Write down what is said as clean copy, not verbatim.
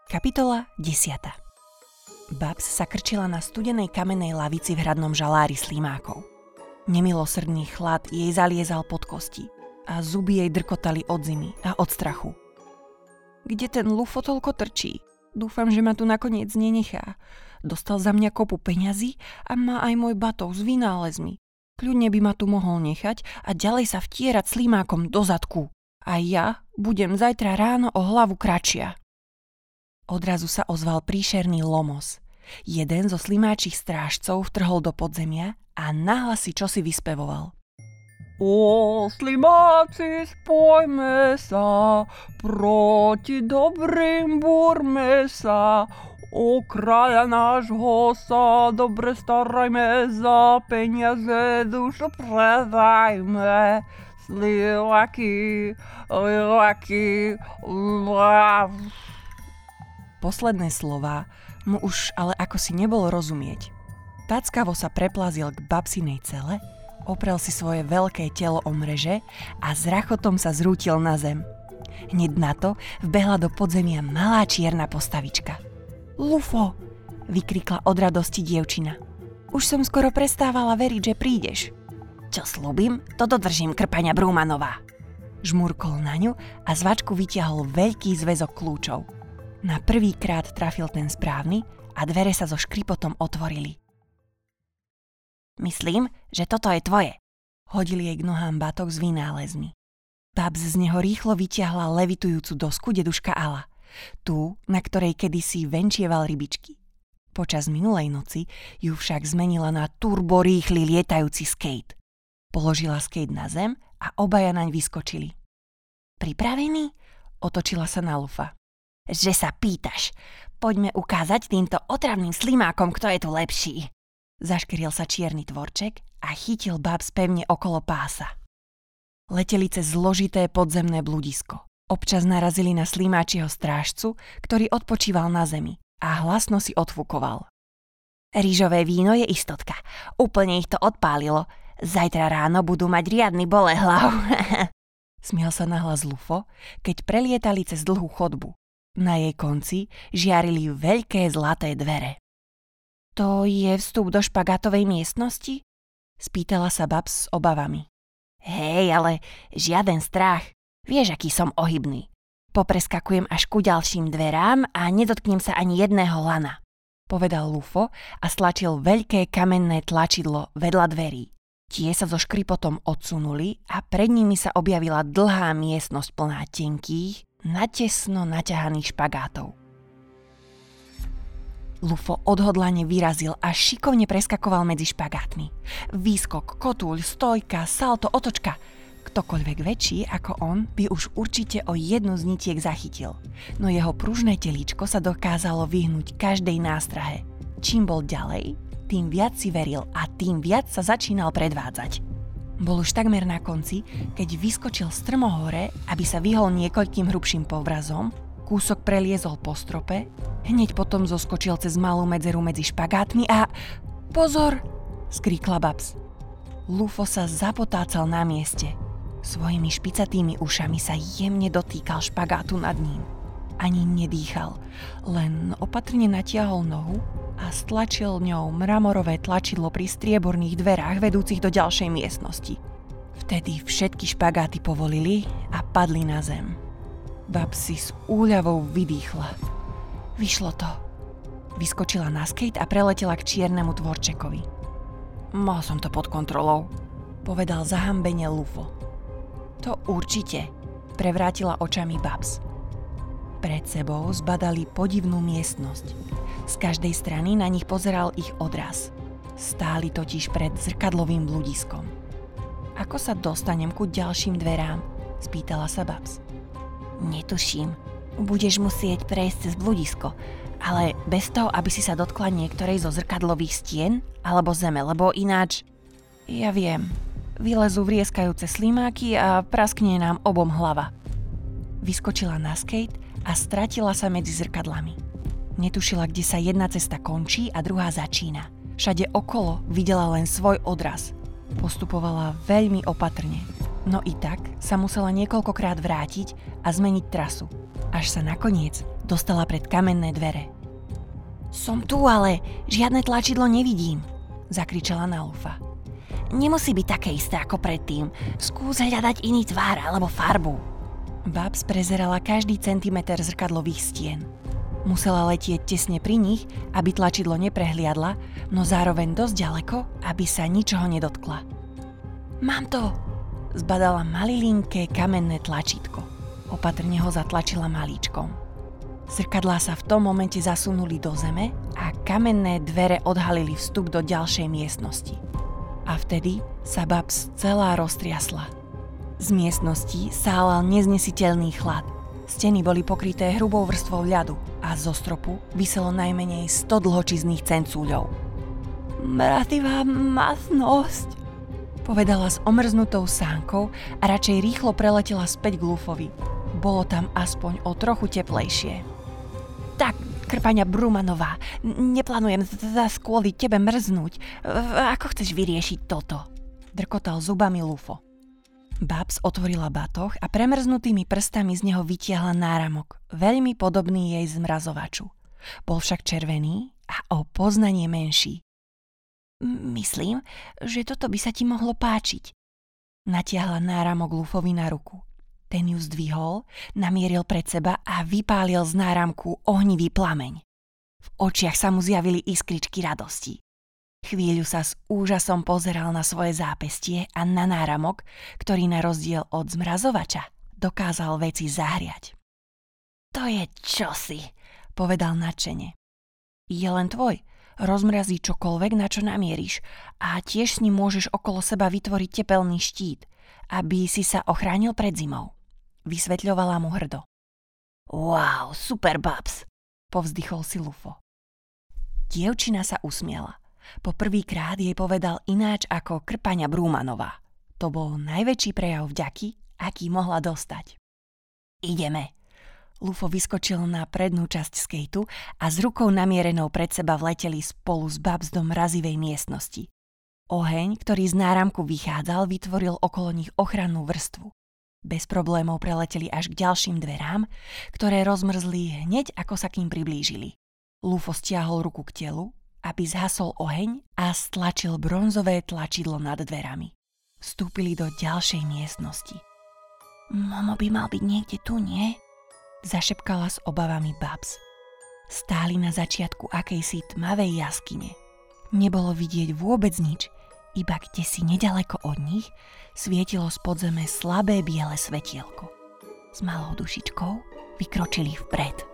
Kapitola 10. Babs sa krčila na studenej kamennej lavici v hradnom žalári slimákov. Nemilosrdný chlad jej zaliezal pod kosti a zuby jej drkotali od zimy a od strachu. Kde ten Lufo toľko trčí? Dúfam, že ma tu nakoniec nenechá. Dostal za mňa kopu peňazí a má aj môj batoh s vynálezmi. Kľudne by ma tu mohol nechať a ďalej sa vtierať slimákom do zadku. A ja budem zajtra ráno o hlavu kratšia. Odrazu sa ozval príšerný Lomos. Jeden zo slimáčich strážcov vtrhol do podzemia a nahlas si čosi vyspevoval. O slimáci, spojme sa, proti dobrým búrme sa, o kráľa nášho sa dobre starajme, za peniaze dušu predajme. Slimáky, slimáky, Posledné slová mu už ale ako si nebol rozumieť. Tackavo sa preplazil k babsinej cele, oprel si svoje veľké telo o mreže a s rachotom sa zrútil na zem. Hneď na to vbehla do podzemia malá čierna postavička. Lufo, vykrikla od radosti dievčina. Už som skoro prestávala veriť, že prídeš. Čo slúbim, to dodržím, krpaňa Brúmanová. Žmurkol na ňu a z vačku vytiahol veľký zväzok kľúčov. Na prvýkrát trafil ten správny a dvere sa so škripotom otvorili. Myslím, že toto je tvoje. Hodil jej k nohám batoh s vynálezmi. Babs z neho rýchlo vytiahla levitujúcu dosku deduška Ala. Tú, na ktorej kedysi venčieval rybičky. Počas minulej noci ju však zmenila na turborýchly lietajúci skate. Položila skate na zem a obaja naň vyskočili. Pripravený? Otočila sa na Lufa. Že sa pýtaš. Poďme ukázať týmto otravným slimákom, kto je tu lepší. Zaškril sa čierny tvorček a chytil Babs pevne okolo pása. Leteli cez zložité podzemné bludisko. Občas narazili na slimáčiho strážcu, ktorý odpočíval na zemi a hlasno si odfúkoval. Rýžové víno je istotka. Úplne ich to odpálilo. Zajtra ráno budú mať riadny bolehlav. Smial sa nahlas Lufo, keď prelietali cez dlhú chodbu. Na jej konci žiarili veľké zlaté dvere. To je vstup do špagátovej miestnosti? Spýtala sa Babs s obavami. Hej, ale žiaden strach. Vieš, aký som ohybný. Popreskakujem až ku ďalším dverám a nedotknem sa ani jedného lana. Povedal Lufo a stlačil veľké kamenné tlačidlo vedľa dverí. Tie sa so škripotom odsunuli a pred nimi sa objavila dlhá miestnosť plná tenkých, natesno naťahaných špagátov. Lufo odhodlane vyrazil a šikovne preskakoval medzi špagátmi. Výskok, kotúľ, stojka, salto, otočka. Ktokoľvek väčší ako on by už určite o jednu z nitiek zachytil. No jeho pružné telíčko sa dokázalo vyhnúť každej nástrahe. Čím bol ďalej, tým viac si veril a tým viac sa začínal predvádzať. Bol už takmer na konci, keď vyskočil strmo hore, aby sa vyhol niekoľkým hrubším povrazom, kúsok preliezol po strope, hneď potom zoskočil cez malú medzeru medzi špagátmi a... Pozor! Skríkla Babs. Lufo sa zapotácal na mieste. Svojimi špicatými ušami sa jemne dotýkal špagátu nad ním. Ani nedýchal, len opatrne natiahol nohu a stlačil ňou mramorové tlačidlo pri strieborných dverách vedúcich do ďalšej miestnosti. Vtedy všetky špagáty povolili a padli na zem. Babs si s úľavou vydýchla. Vyšlo to. Vyskočila na skate a preletela k čiernemu tvorčekovi. Mal som to pod kontrolou, povedal zahambene Lufo. To určite, prevrátila očami Babs. Pred sebou zbadali podivnú miestnosť. Z každej strany na nich pozeral ich odraz. Stáli totiž pred zrkadlovým bludiskom. Ako sa dostanem ku ďalším dverám? Spýtala sa Babs. Netuším. Budeš musieť prejsť cez bludisko, ale bez toho, aby si sa dotkla niektorej zo zrkadlových stien alebo zeme, lebo ináč... Ja viem. Vylezú vrieskajúce slimáky a praskne nám obom hlava. Vyskočila na skate a stratila sa medzi zrkadlami. Netušila, kde sa jedna cesta končí a druhá začína. Všade okolo videla len svoj odraz. Postupovala veľmi opatrne. No i tak sa musela niekoľkokrát vrátiť a zmeniť trasu, až sa nakoniec dostala pred kamenné dvere. Som tu, ale žiadne tlačidlo nevidím, zakričala na Lufa. Nemusí byť také isté ako predtým. Skús hľadať iný tvár alebo farbu. Babs prezerala každý centimeter zrkadlových stien. Musela letieť tesne pri nich, aby tlačidlo neprehliadla, no zároveň dosť ďaleko, aby sa ničoho nedotkla. Mám to! Zbadala malilinké kamenné tlačítko. Opatrne ho zatlačila malíčkom. Zrkadlá sa v tom momente zasunuli do zeme a kamenné dvere odhalili vstup do ďalšej miestnosti. A vtedy sa Babs celá roztriasla. Z miestnosti sálal neznesiteľný chlad. Steny boli pokryté hrubou vrstvou ľadu a zo stropu viselo najmenej 100 dlhočíznych cencúľov. Mrativá masnosť, povedala s omrznutou sánkou a radšej rýchlo preletela späť k Lufovi. Bolo tam aspoň o trochu teplejšie. Tak, krpania Brumanová, neplánujem kvôli tebe mrznúť. Ako chceš vyriešiť toto? Drkotal zubami Lufo. Babs otvorila batoh a premrznutými prstami z neho vytiahla náramok, veľmi podobný jej zmrazovaču. Bol však červený a o poznanie menší. Myslím, že toto by sa ti mohlo páčiť. Natiahla náramok Lufovi na ruku. Ten ju zdvihol, namieril pred seba a vypálil z náramku ohnivý plameň. V očiach sa mu zjavili iskričky radosti. Chvíľu sa s úžasom pozeral na svoje zápestie a na náramok, ktorý na rozdiel od zmrazovača dokázal veci zahriať. To je čosi, povedal nadšene. Je len tvoj, rozmrazí čokoľvek, na čo namieríš a tiež s ním môžeš okolo seba vytvoriť tepelný štít, aby si sa ochránil pred zimou, vysvetľovala mu hrdo. Wow, super Babs, povzdychol si Lufo. Dievčina sa usmiela. Po prvýkrát jej povedal ináč ako krpania Brumanová. To bol najväčší prejav vďaky, aký mohla dostať. Ideme. Lufo vyskočil na prednú časť skejtu a s rukou namierenou pred seba vleteli spolu s Babs do mrazivej miestnosti. Oheň, ktorý z náramku vychádzal, vytvoril okolo nich ochrannú vrstvu. Bez problémov preleteli až k ďalším dverám, ktoré rozmrzli hneď ako sa k ním priblížili. Lufo stiahol ruku k telu, aby zhasol oheň a stlačil bronzové tlačidlo nad dverami. Vstúpili do ďalšej miestnosti. Momo by mal byť niekde tu, nie? Zašepkala s obavami Babs. Stáli na začiatku akejsi tmavej jaskyne. Nebolo vidieť vôbec nič, iba kdesi nedaleko od nich svietilo z podzeme slabé biele svetielko. S malou dušičkou vykročili vpred.